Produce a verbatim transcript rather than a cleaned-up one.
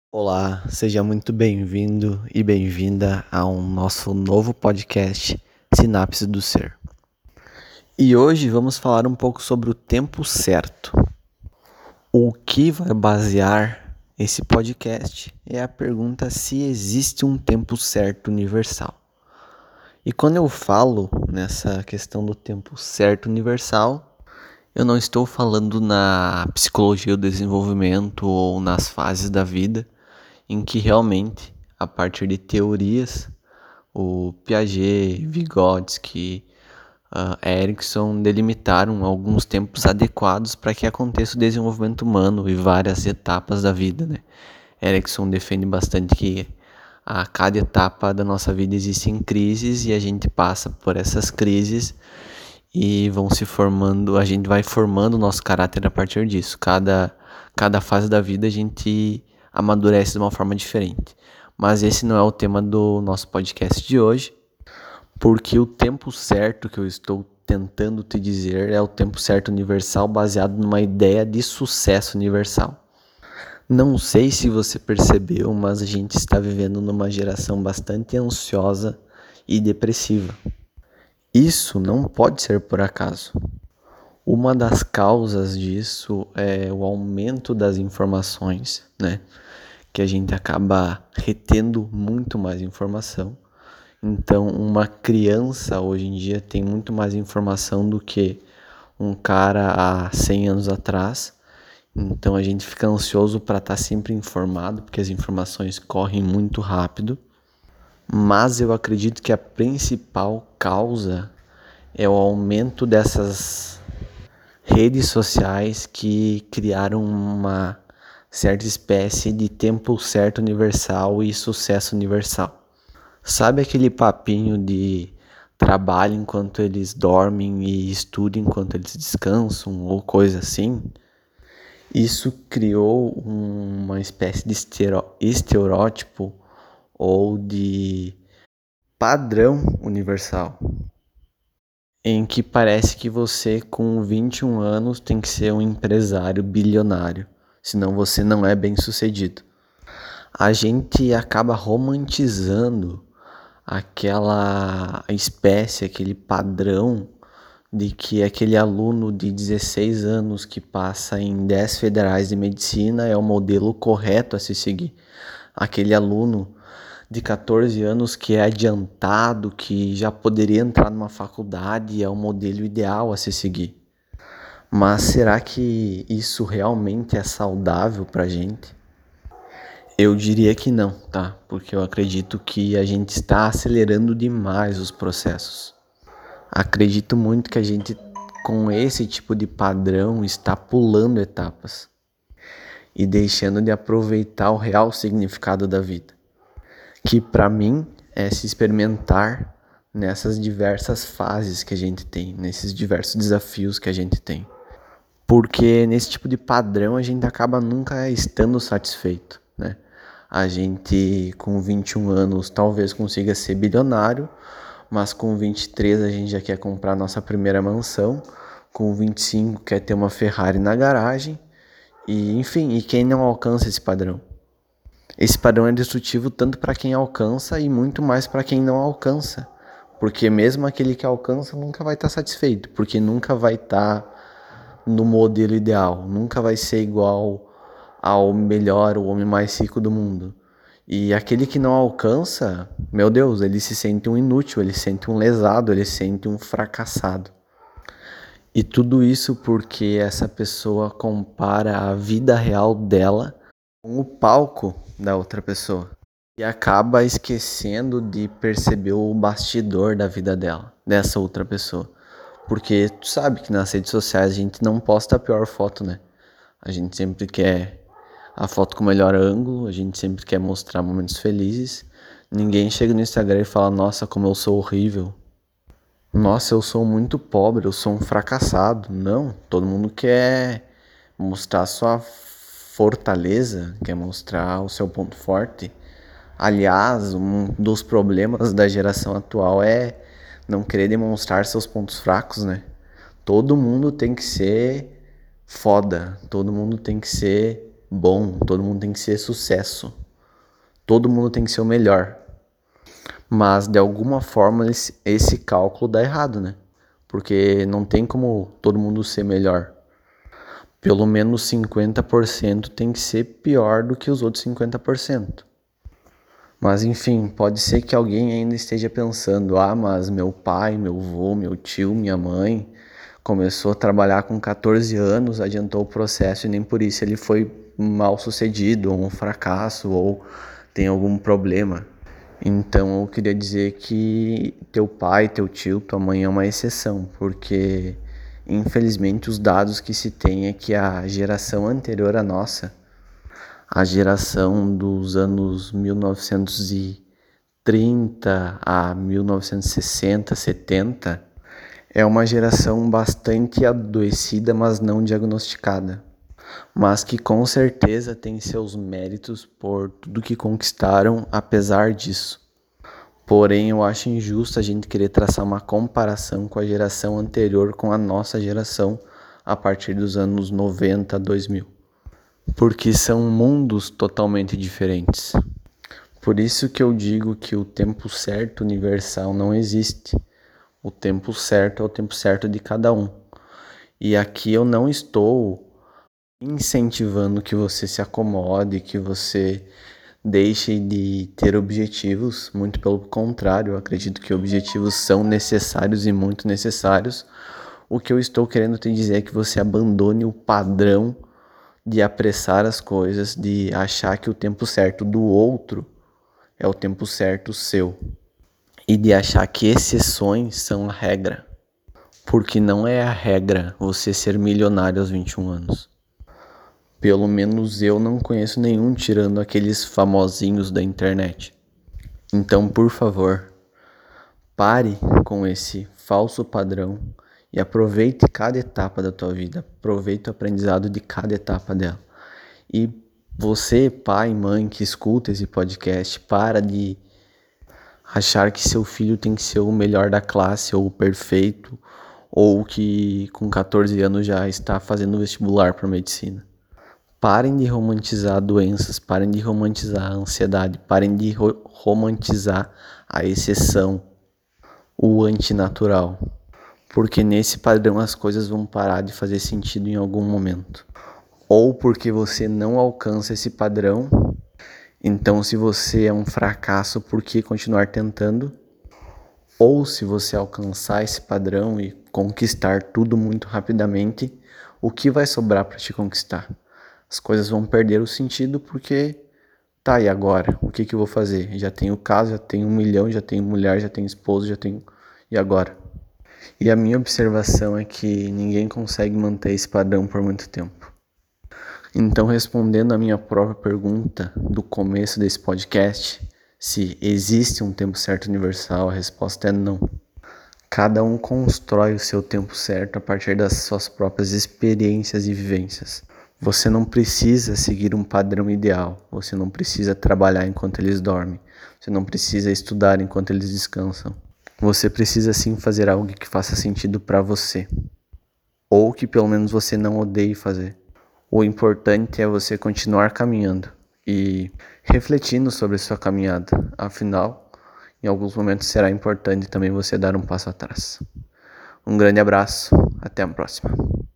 Olá, seja muito bem-vindo e bem-vinda ao nosso novo podcast Sinapse do Ser. E hoje vamos falar um pouco sobre o tempo certo. O que vai basear esse podcast é a pergunta se existe um tempo certo universal. E quando eu falo nessa questão do tempo certo universal, eu não estou falando na psicologia do desenvolvimento ou nas fases da vida, em que realmente, a partir de teorias, o Piaget, Vygotsky, uh, Erickson delimitaram alguns tempos adequados para que aconteça o desenvolvimento humano e várias etapas da vida, né? Erickson defende bastante que a cada etapa da nossa vida existem crises e a gente passa por essas crises e vão se formando, a gente vai formando o nosso caráter a partir disso. Cada, cada fase da vida a gente amadurece de uma forma diferente. Mas esse não é o tema do nosso podcast de hoje, porque o tempo certo que eu estou tentando te dizer é o tempo certo universal baseado numa ideia de sucesso universal. Não sei se você percebeu, mas a gente está vivendo numa geração bastante ansiosa e depressiva. Isso não pode ser por acaso. Uma das causas disso é o aumento das informações, né? Que a gente acaba retendo muito mais informação. Então, uma criança hoje em dia tem muito mais informação do que um cara há cem anos atrás. Então, a gente fica ansioso para estar sempre informado, porque as informações correm muito rápido. Mas eu acredito que a principal causa é o aumento dessas redes sociais que criaram uma certa espécie de tempo certo universal e sucesso universal. Sabe aquele papinho de trabalho enquanto eles dormem e estudam enquanto eles descansam ou coisa assim? Isso criou uma espécie de estereótipo ou de padrão universal, em que parece que você com vinte e um anos tem que ser um empresário bilionário, senão você não é bem sucedido. A gente acaba romantizando aquela espécie, aquele padrão de que aquele aluno de dezesseis anos que passa em dez federais de medicina é o modelo correto a se seguir. Aquele aluno de catorze anos que é adiantado, que já poderia entrar numa faculdade, é o modelo ideal a se seguir. Mas será que isso realmente é saudável pra gente? Eu diria que não, tá? Porque eu acredito que a gente está acelerando demais os processos. Acredito muito que a gente, com esse tipo de padrão, está pulando etapas e deixando de aproveitar o real significado da vida, que para mim é se experimentar nessas diversas fases que a gente tem, nesses diversos desafios que a gente tem. Porque nesse tipo de padrão a gente acaba nunca estando satisfeito, né? A gente com vinte e um anos talvez consiga ser bilionário, mas com vinte e três a gente já quer comprar nossa primeira mansão, com vinte e cinco quer ter uma Ferrari na garagem, e enfim, e quem não alcança esse padrão? Esse padrão é destrutivo tanto para quem alcança e muito mais para quem não alcança. Porque mesmo aquele que alcança nunca vai estar satisfeito, porque nunca vai estar no modelo ideal, nunca vai ser igual ao melhor, o homem mais rico do mundo. E aquele que não alcança, meu Deus, ele se sente um inútil, ele se sente um lesado, ele se sente um fracassado. E tudo isso porque essa pessoa compara a vida real dela com o palco da outra pessoa. E acaba esquecendo de perceber o bastidor da vida dela, dessa outra pessoa. Porque tu sabe que nas redes sociais a gente não posta a pior foto, né? A gente sempre quer a foto com o melhor ângulo, a gente sempre quer mostrar momentos felizes. Ninguém chega no Instagram e fala, nossa, como eu sou horrível. Nossa, eu sou muito pobre, eu sou um fracassado. Não, todo mundo quer mostrar sua fortaleza, quer mostrar o seu ponto forte. Aliás, um dos problemas da geração atual é não querer demonstrar seus pontos fracos, né? Todo mundo tem que ser foda, todo mundo tem que ser bom, todo mundo tem que ser sucesso, todo mundo tem que ser o melhor. Mas de alguma forma esse, esse cálculo dá errado, né? Porque não tem como todo mundo ser melhor. Pelo menos cinquenta por cento tem que ser pior do que os outros cinquenta por cento. Mas enfim, pode ser que alguém ainda esteja pensando: ah, mas meu pai, meu avô, meu tio, minha mãe começou a trabalhar com catorze anos, adiantou o processo e nem por isso ele foi mal sucedido, ou um fracasso, ou tem algum problema. Então eu queria dizer que teu pai, teu tio, tua mãe é uma exceção, porque infelizmente os dados que se tem é que a geração anterior à nossa, a geração dos anos mil novecentos e trinta a mil novecentos e sessenta, setenta, é uma geração bastante adoecida, mas não diagnosticada. Mas que com certeza tem seus méritos por tudo que conquistaram apesar disso. Porém, eu acho injusto a gente querer traçar uma comparação com a geração anterior com a nossa geração a partir dos anos noventa a dois mil. Porque são mundos totalmente diferentes. Por isso que eu digo que o tempo certo universal não existe. O tempo certo é o tempo certo de cada um. E aqui eu não estou incentivando que você se acomode, que você deixe de ter objetivos. Muito pelo contrário, eu acredito que objetivos são necessários e muito necessários. O que eu estou querendo te dizer é que você abandone o padrão de apressar as coisas, de achar que o tempo certo do outro é o tempo certo seu e de achar que exceções são a regra, porque não é a regra você ser milionário aos vinte e um anos. Pelo menos eu não conheço nenhum tirando aqueles famosinhos da internet. Então, por favor, pare com esse falso padrão e aproveite cada etapa da tua vida, aproveite o aprendizado de cada etapa dela. E você, pai, mãe, que escuta esse podcast, para de achar que seu filho tem que ser o melhor da classe, ou o perfeito, ou que com catorze anos já está fazendo vestibular para medicina. Parem de romantizar doenças, parem de romantizar a ansiedade, parem de ro- romantizar a exceção, o antinatural. Porque nesse padrão as coisas vão parar de fazer sentido em algum momento. Ou porque você não alcança esse padrão, então se você é um fracasso, por que continuar tentando? Ou se você alcançar esse padrão e conquistar tudo muito rapidamente, o que vai sobrar para te conquistar? As coisas vão perder o sentido porque, tá, e agora? O que que eu vou fazer? Já tenho casa, já tenho um milhão, já tenho mulher, já tenho esposo, já tenho... E agora? E a minha observação é que ninguém consegue manter esse padrão por muito tempo. Então, respondendo a minha própria pergunta do começo desse podcast, se existe um tempo certo universal, a resposta é não. Cada um constrói o seu tempo certo a partir das suas próprias experiências e vivências. Você não precisa seguir um padrão ideal, você não precisa trabalhar enquanto eles dormem, você não precisa estudar enquanto eles descansam. Você precisa sim fazer algo que faça sentido para você, ou que pelo menos você não odeie fazer. O importante é você continuar caminhando e refletindo sobre sua caminhada. Afinal, em alguns momentos será importante também você dar um passo atrás. Um grande abraço, até a próxima.